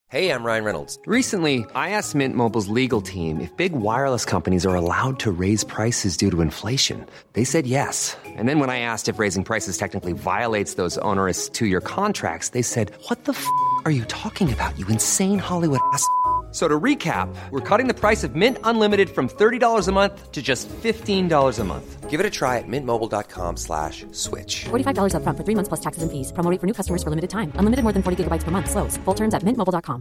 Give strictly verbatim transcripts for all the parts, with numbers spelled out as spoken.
Hey, I'm Ryan Reynolds. Recently, I asked Mint Mobile's legal team if big wireless companies are allowed to raise prices due to inflation. They said yes. And then when I asked if raising prices technically violates those onerous two-year contracts, they said, "What the f*** are you talking about, you insane Hollywood ass?" So to recap, we're cutting the price of Mint Unlimited from thirty dollars a month to just fifteen dollars a month. Give it a try at mintmobile.com slash switch. forty-five dollars up front for three months plus taxes and fees. Promo rate for new customers for limited time. Unlimited more than forty gigabytes per month. Slows full terms at mint mobile dot com.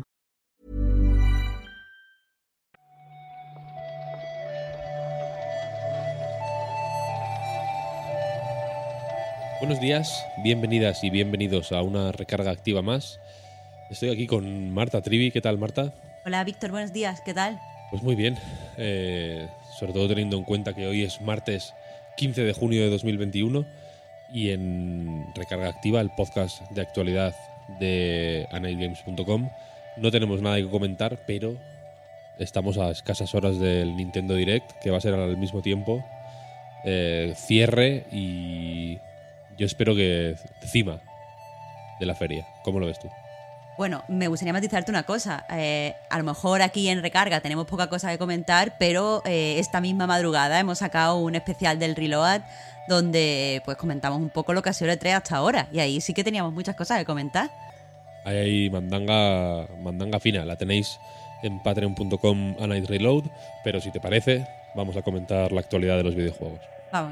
Buenos días, bienvenidas y bienvenidos a una recarga activa más. Estoy aquí con Marta Trivi. ¿Qué tal, Marta? Hola, Víctor, buenos días, ¿qué tal? Pues muy bien, eh, sobre todo teniendo en cuenta que hoy es martes quince de junio de dos mil veintiuno y en Recarga Activa, el podcast de actualidad de anightgames punto com, no tenemos nada que comentar, pero estamos a escasas horas del Nintendo Direct, que va a ser al mismo tiempo eh, cierre y yo espero que cima de la feria. ¿Cómo lo ves tú? Bueno, me gustaría matizarte una cosa. Eh, a lo mejor aquí en Recarga tenemos poca cosa que comentar, pero eh, esta misma madrugada hemos sacado un especial del Reload donde pues comentamos un poco lo que ha sido el E tres hasta ahora. Y ahí sí que teníamos muchas cosas que comentar. Ahí hay mandanga, mandanga fina. La tenéis en patreon punto com a Night Reload, pero si te parece, vamos a comentar la actualidad de los videojuegos. Vamos.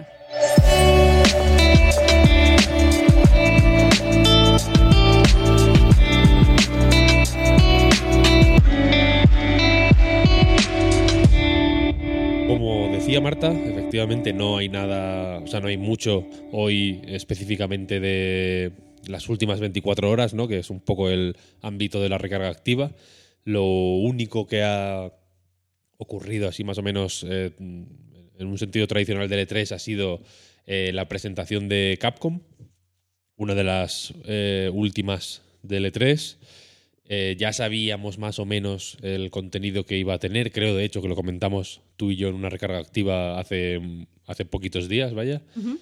Como decía Marta, efectivamente no hay nada, o sea, no hay mucho hoy específicamente de las últimas veinticuatro horas, ¿no? Que es un poco el ámbito de la recarga activa. Lo único que ha ocurrido así más o menos eh, en un sentido tradicional del E tres ha sido eh, la presentación de Capcom, una de las eh, últimas del E tres. Eh, ya sabíamos más o menos el contenido que iba a tener. Creo, de hecho, que lo comentamos tú y yo en una recarga activa hace, hace poquitos días, vaya. Uh-huh.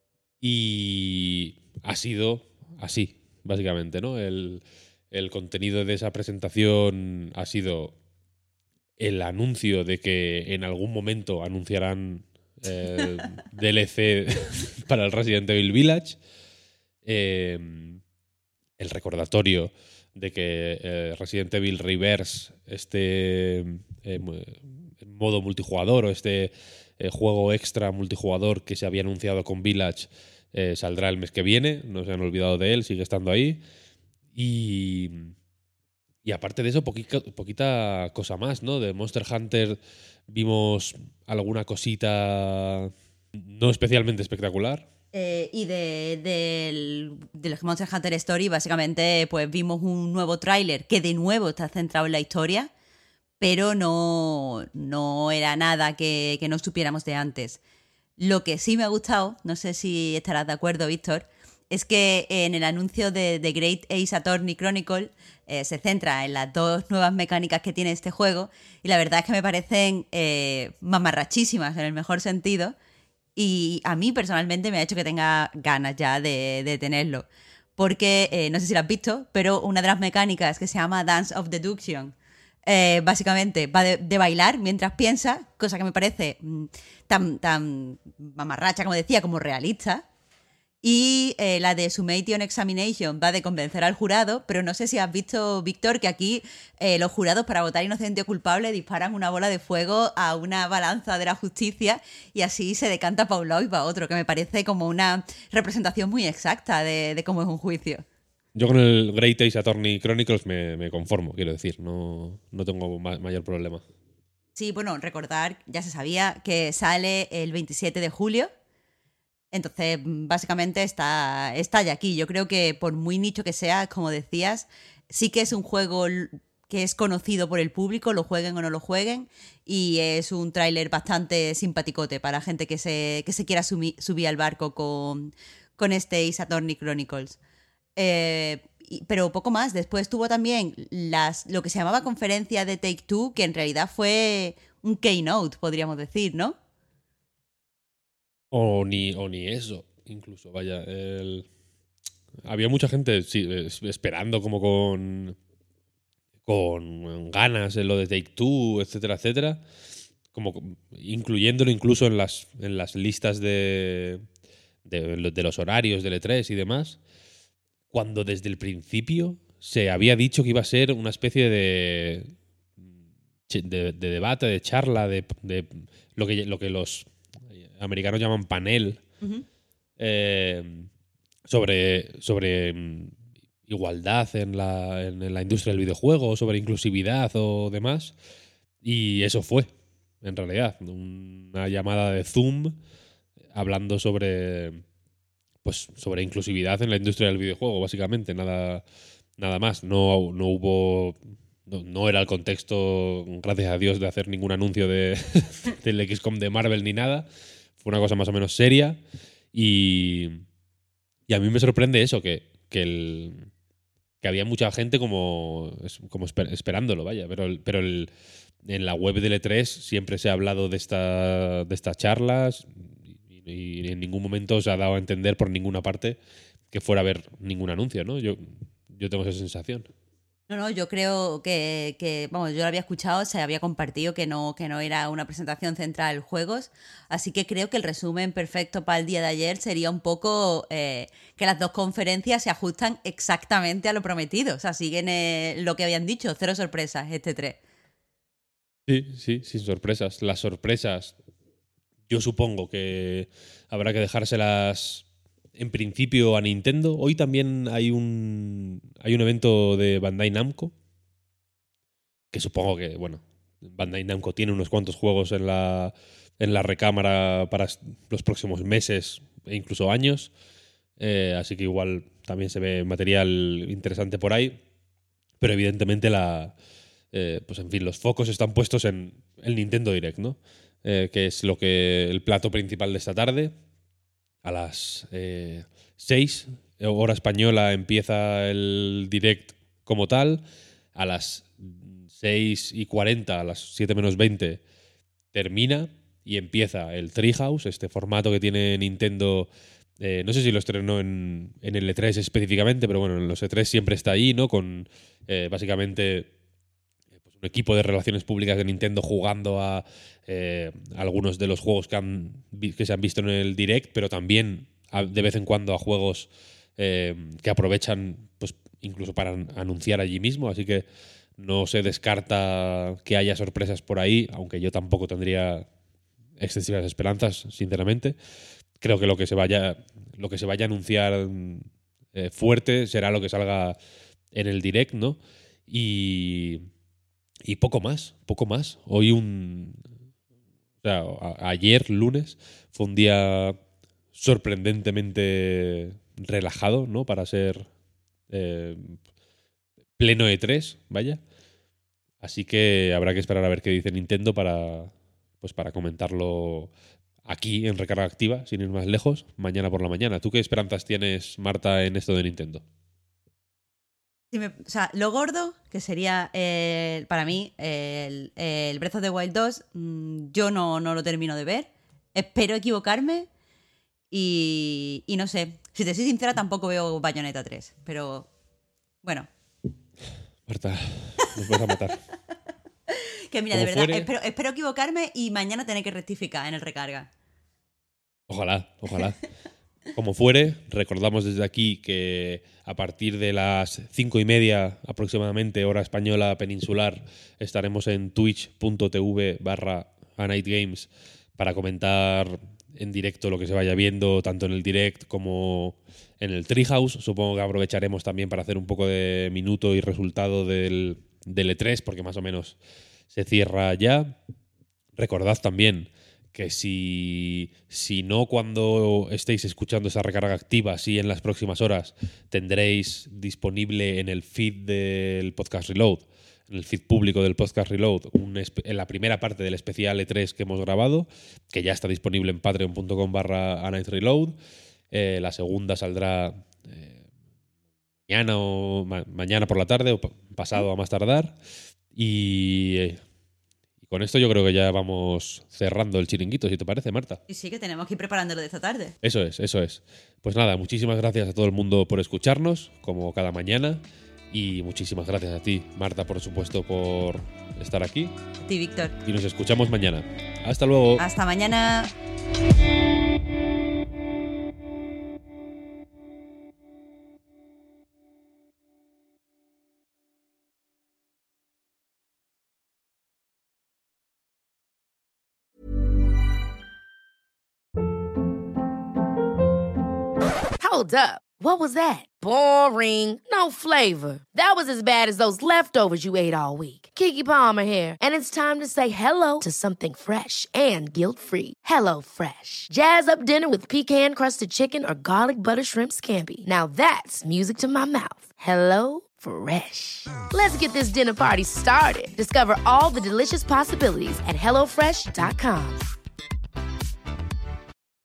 Y ha sido así, básicamente, ¿no? El, el contenido de esa presentación ha sido el anuncio de que en algún momento anunciarán eh, D L C para el Resident Evil Village. Eh, el recordatorio de que eh, Resident Evil Reverse, este eh, modo multijugador o este eh, juego extra multijugador que se había anunciado con Village, eh, saldrá el mes que viene. No se han olvidado de él, sigue estando ahí. Y, y aparte de eso, poquita, poquita cosa más, ¿no? De Monster Hunter vimos alguna cosita no especialmente espectacular. Eh, y de, de, de los Monster Hunter Story, básicamente, pues vimos un nuevo tráiler que de nuevo está centrado en la historia, pero no, no era nada que, que no supiéramos de antes. Lo que sí me ha gustado, no sé si estarás de acuerdo, Víctor, es que en el anuncio de The Great Ace Attorney Chronicle eh, se centra en las dos nuevas mecánicas que tiene este juego y la verdad es que me parecen eh, mamarrachísimas en el mejor sentido. Y a mí personalmente me ha hecho que tenga ganas ya de, de tenerlo. Porque, eh, no sé si lo has visto, pero una de las mecánicas que se llama Dance of Deduction, eh, básicamente va de, de bailar mientras piensa, cosa que me parece mm, tan, tan mamarracha, como decía, como realista. Y eh, la de Summation Examination va de convencer al jurado, pero no sé si has visto, Víctor, que aquí eh, los jurados para votar inocente o culpable disparan una bola de fuego a una balanza de la justicia y así se decanta para un lado y para otro, que me parece como una representación muy exacta de, de cómo es un juicio. Yo con el Great Ace Attorney Chronicles me, me conformo, quiero decir, no, no tengo ma- mayor problema. Sí, bueno, recordar, ya se sabía que sale el veintisiete de julio. Entonces, básicamente está, está ya aquí. Yo creo que por muy nicho que sea, como decías, sí que es un juego que es conocido por el público, lo jueguen o no lo jueguen, y es un tráiler bastante simpaticote para gente que se, que se quiera sumi, subir al barco con, con este Ace Attorney Chronicles. Eh, y, pero poco más. Después tuvo también las, lo que se llamaba conferencia de Take-Two, que en realidad fue un keynote, podríamos decir, ¿no? O ni, o ni eso, incluso, vaya. El... Había mucha gente sí, esperando como con, con ganas en lo de Take-Two, etcétera, etcétera, como incluyéndolo incluso en las, en las listas de, de, de los horarios del E tres y demás, cuando desde el principio se había dicho que iba a ser una especie de, de, de debate, de charla, de, de lo, que, lo que los americanos llaman panel, Uh-huh. eh, sobre, sobre igualdad en la, en la industria del videojuego, sobre inclusividad o demás. Y eso fue, en realidad, una llamada de Zoom hablando sobre, pues, sobre inclusividad en la industria del videojuego, básicamente, nada, nada más. No, no hubo... No, no era el contexto, gracias a Dios, de hacer ningún anuncio de, del X COM de Marvel ni nada. Fue una cosa más o menos seria. Y, y a mí me sorprende eso, que, que, el, que había mucha gente como, como esper, esperándolo, vaya. Pero, el, pero el, en la web del E tres siempre se ha hablado de, esta, de estas charlas y, y en ningún momento se ha dado a entender por ninguna parte que fuera a haber ningún anuncio, ¿no? Yo, yo tengo esa sensación. No, no, yo creo que, que, vamos, yo lo había escuchado, se había compartido que no, que no era una presentación centrada en juegos, así que creo que el resumen perfecto para el día de ayer sería un poco eh, que las dos conferencias se ajustan exactamente a lo prometido, o sea, siguen eh, lo que habían dicho, cero sorpresas este tres. Sí, sí, sin sorpresas. Las sorpresas, yo supongo que habrá que dejárselas en principio a Nintendo. Hoy también hay un hay un evento de Bandai Namco, que supongo que, bueno, Bandai Namco tiene unos cuantos juegos en la, en la recámara para los próximos meses e incluso años. Eh, así que igual también se ve material interesante por ahí. Pero evidentemente la... Eh, pues en fin, los focos están puestos en el Nintendo Direct, ¿no? Eh, que es lo que el plato principal de esta tarde. A las eh, seis, hora española, empieza el Direct como tal. A las seis y cuarenta, a las siete menos veinte, termina y empieza el Treehouse, este formato que tiene Nintendo. Eh, no sé si lo estrenó en, en el E tres específicamente, pero bueno, en los E tres siempre está ahí, ¿no? Con eh, básicamente pues un equipo de relaciones públicas de Nintendo jugando a eh, algunos de los juegos que, han, que se han visto en el Direct, pero también a, de vez en cuando a juegos eh, que aprovechan pues incluso para anunciar allí mismo, así que no se descarta que haya sorpresas por ahí, aunque yo tampoco tendría excesivas esperanzas, sinceramente. Creo que lo que se vaya, lo que se vaya a anunciar eh, fuerte será lo que salga en el Direct, ¿no? Y, y poco más, poco más. Hoy un... O sea, a, ayer, lunes, fue un día sorprendentemente relajado, ¿no? Para ser eh, pleno E tres, vaya. Así que habrá que esperar a ver qué dice Nintendo para, pues para comentarlo aquí en Recarga Activa, sin ir más lejos, mañana por la mañana. ¿Tú qué esperanzas tienes, Marta, en esto de Nintendo? Si me, o sea, lo gordo, que sería eh, para mí el, el Breath of the Wild dos, mmm, yo no, no lo termino de ver. Espero equivocarme y, y no sé. Si te soy sincera, tampoco veo Bayonetta tres, pero bueno. Marta, nos vas a matar. Que mira, de Como verdad, fuere- espero, espero equivocarme y mañana tener que rectificar en el recarga. Ojalá, ojalá. Como fuere, recordamos desde aquí que a partir de las cinco y media aproximadamente, hora española peninsular, estaremos en twitch.tv barra anightgames para comentar en directo lo que se vaya viendo, tanto en el direct como en el Treehouse. Supongo que aprovecharemos también para hacer un poco de minuto y resultado del, del E tres, porque más o menos se cierra ya. Recordad también que si, si no cuando estéis escuchando esa recarga activa, sí en las próximas horas, tendréis disponible en el feed del Podcast Reload, en el feed público del Podcast Reload, un en la primera parte del especial E tres que hemos grabado, que ya está disponible en patreon.com barra anightreload. Eh, la segunda saldrá eh, mañana, o, ma mañana por la tarde o pasado a más tardar. Y... Eh, Con esto yo creo que ya vamos cerrando el chiringuito, si te parece, Marta. Y sí, que tenemos que ir preparándolo de esta tarde. Eso es, eso es. Pues nada, muchísimas gracias a todo el mundo por escucharnos, como cada mañana. Y muchísimas gracias a ti, Marta, por supuesto, por estar aquí. A ti, Víctor. Y nos escuchamos mañana. Hasta luego. Hasta mañana. Hold up. What was that? Boring. No flavor. That was as bad as those leftovers you ate all week. Keke Palmer here, and it's time to say hello to something fresh and guilt-free. Hello Fresh. Jazz up dinner with pecan-crusted chicken or garlic butter shrimp scampi. Now that's music to my mouth. Hello Fresh. Let's get this dinner party started. Discover all the delicious possibilities at hello fresh dot com.